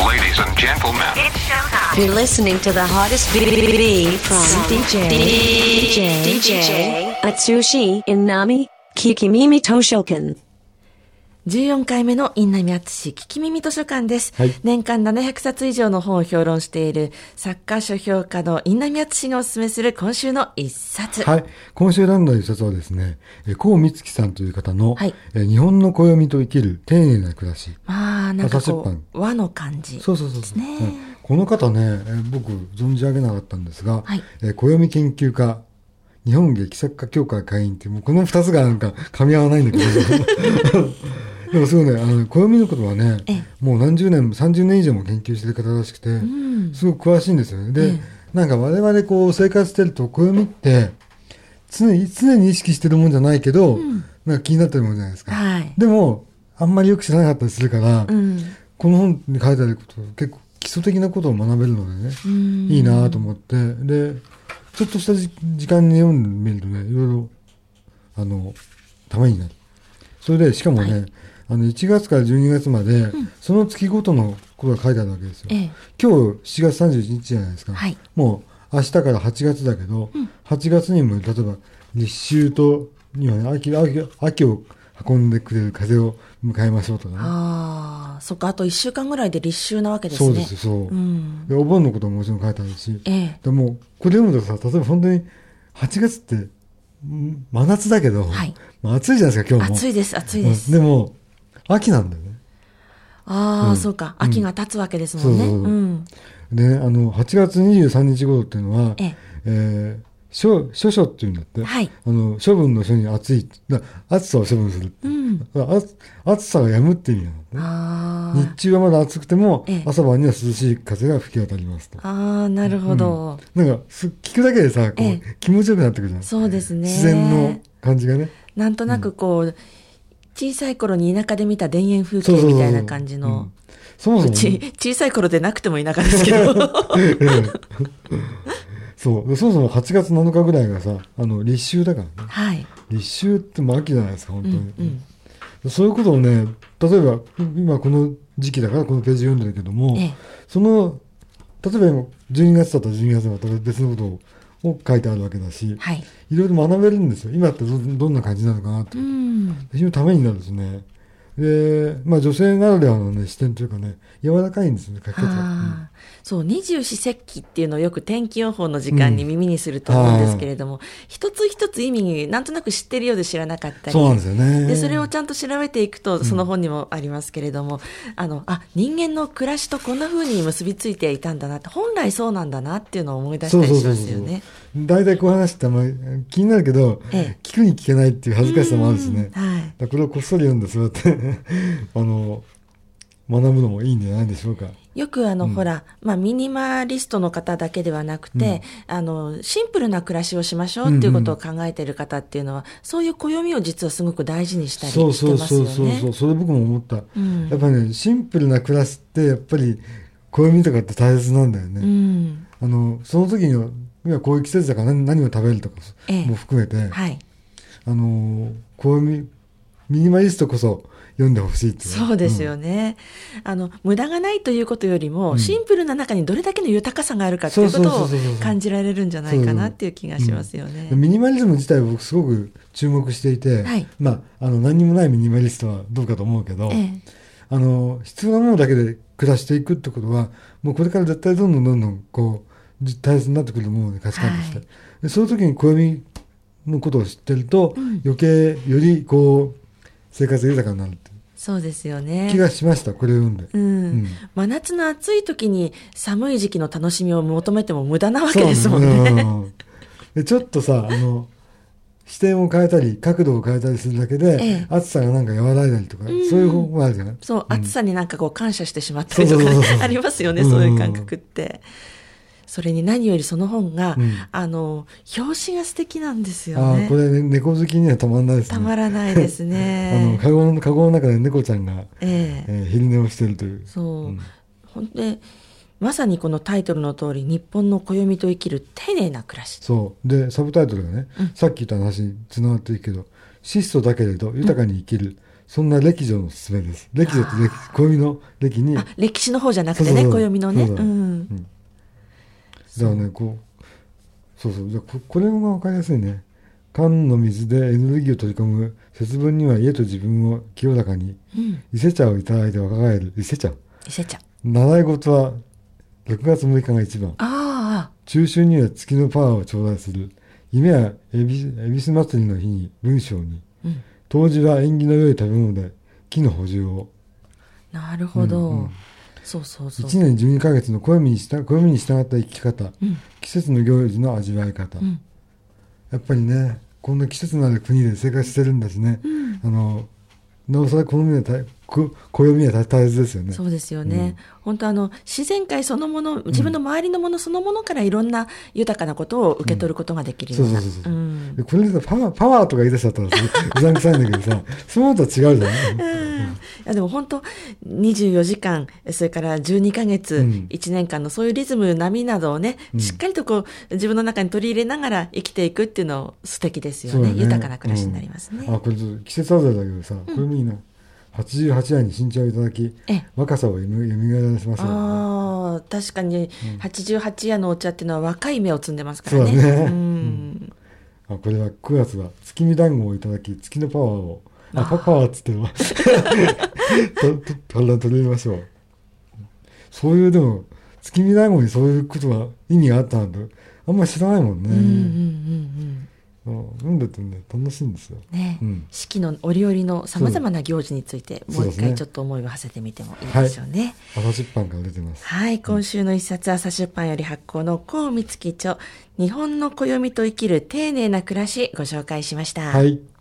Ladies and gentlemen, It's showtime. You're listening to the hottest BBB from DJ Atsushi Inami Kikimimi Toshokan。 14回目の印南敦聞き耳図書館です、 はい、 年間700冊以上の本を評論している作家書評家の印南敦がおすすめする今週の一冊。 はい、今週選んだ一冊はですね、高美月さんという方の、 はい、 日本の暦と生きる丁寧な暮らし。 なんかこう和の感じですね。 そう、この方ね、僕存じ上げなかったんですが、はい、暦研究家、日本劇作家協会会員ってもうこの2つがなんか噛み合わないんだけどでもすごいね、暦のことはね、もう何十年も30年以上も研究してる方らしくて、すごく詳しいんですよね。で、なんか我々こう生活してると暦って常に意識してるもんじゃないけど、なんか気になってるもんじゃないですか、はい、でもあんまりよく知らなかったりするから、この本に書いてあること結構基礎的なことを学べるのでね、いいなと思って、でちょっとした時間に読んでみるとね、いろいろためになる。それでしかもね、はい、1月から12月まで、その月ごとのことが書いてあるわけですよ。今日7月31日じゃないですか、はい、もう明日から8月だけど、8月にも例えば立秋とには、ね、秋を運んでくれる風を迎えましょうとかね。 そっか、あと1週間ぐらいで立秋なわけですね。 そうです、そう、でお盆のことももちろん書いてあるし、でもこれ読むとさ、例えば本当に8月って真夏だけど、はい、暑いじゃないですか今日も。 暑いです、 でも秋なんだよね。 そうか、秋が経つわけですもんね。 で、8月23日頃っていうのは、処暑っていうんだって、はい、処分の処に暑い、暑さを処分するって、暑さが止むっていう意味なんだね。日中はまだ暑くても、朝晩には涼しい風が吹き渡りますと。 なるほど。 なんか聞くだけでさ、こう気持ちよくなってくるじゃん。 そうですね。 自然の感じがね。 なんとなくこう、小さい頃に田舎で見た田園風景みたいな感じの。 そもそも小さい頃でなくても田舎ですけど。 そもそも8月7日ぐらいがさ、立秋だからね。はい。立秋ってもう秋じゃないですか、本当に。そういうことをね、例えば、今この時期だからこのページ読んでるけども、例えば今、12月だったら12月だったら別のことを書いてあるわけだし、はい、いろいろ学べるんですよ。今ってどんな感じなのかなと。非常にためになるんですね。で、女性ならではのね、視点というかね、柔らかいんですよね、書き方。 そう、二十四節気っていうのをよく天気予報の時間に耳にすると思うんですけれども、一つ一つ意味なんとなく知ってるようで知らなかったり。 そうなんですよね。 で、それをちゃんと調べていくと、その本にもありますけれども、人間の暮らしとこんな風に結びついていたんだなって、本来そうなんだなっていうのを思い出したりしますよね。 大体こういう話って気になるけど、聞くに聞けないっていう恥ずかしさもあるしね。これをこっそり読んで、そうやって学ぶのもいいんじゃないでしょうか。 よくほら、ミニマリストの方だけではなくて、シンプルな暮らしをしましょうっていうことを考えている方っていうのは、そういう暦を実はすごく大事にしたりしてますよね。 そう、それ僕も思った。やっぱりね、シンプルな暮らしってやっぱり暦とかって大切なんだよね。その時には今こういう季節だから何を食べるとかも含めて、暦ミニマリストこそ読んでほしいっていう。 そうですよね。無駄がないということよりも、シンプルな中にどれだけの豊かさがあるかっていうことを感じられるんじゃないかなっていう気がしますよね。 ミニマリズム自体僕すごく注目していて、何にもないミニマリストはどうかと思うけど、必要なものだけで暮らしていくってことは、もうこれから絶対どんどんこう大切になってくるもので価値観として、でそういう時に暦のことを知ってると、余計よりこう生活が豊かになるってそうですよね。 気がしました、これを読んで。 真夏の暑い時に寒い時期の楽しみを求めても無駄なわけですもんね。 でちょっとさ、視点を変えたり角度を変えたりするだけで、暑さがなんか和らいだりとか、そういう方法もあるじゃない。 そう、暑さになんかこう感謝してしまったりとか、ありますよね、そういう感覚って。それに何よりその本が、表紙が素敵なんですよね。 これ、ね、猫好きにはたまらないですね。 たまらないですね。 カゴの中で猫ちゃんが、昼寝をしているという。 そう。ほんで、まさにこのタイトルの通り、日本の暦と生きる丁寧な暮らし。 そう。で、サブタイトルがね、さっき言った話につながっていくけど、質素だけれど豊かに生きる、 そんな歴女のおすすめです。歴女って暦の歴に。 歴史の方じゃなくてね、暦のね。だからね、じゃあこれがわかりやすいね。缶の水でエネルギーを取り込む節分には家と自分を清らかに、伊勢茶をいただいて若返る伊勢茶。習い事は6月6日が一番。中秋には月のパワーを頂戴する。夢は恵比寿祭りの日に文章に。冬至は縁起の良い食べ物で木の補充を。 なるほど。そうそうそう。 1年12ヶ月の暦に従った生き方、季節の行事の味わい方。やっぱりね、こんな季節のある国で生活してるんだしね、なおさら暦は大切ですよね。 そうですよね。本当自然界そのもの、自分の周りのものそのものからいろんな豊かなことを受け取ることができるような。 これでパワーとか言い出しちゃったらうざんくさいんだけどさ、そういうのとは違うじゃん。いやでも本当24時間、それから12ヶ月、1年間のそういうリズム、波などをね、しっかりと自分の中に取り入れながら生きていくっていうの素敵ですよね。豊かな暮らしになりますね。 これ季節外れだけどさ、これもいいな。88歳に新茶をいただき、若さを蘇らせますよね。 確かに88夜のお茶っていうのは若い芽を摘んでますからね。 そうだね。これは9月は月見団子をいただき、月のパワーを、パワーっつってのは取り入れましょう。そういうでも月見団子にそういうことが意味があったなんてあんまり知らないもんね。飲んでてね、楽しいんですよ。 四季の折々のさまざまな行事についてもう一回ちょっと思いを馳せてみてもいいですよね。 朝出版から出てます。 今週の一冊、朝出版より発行の幸美月著、日本の暦と生きる丁寧な暮らし、ご紹介しました。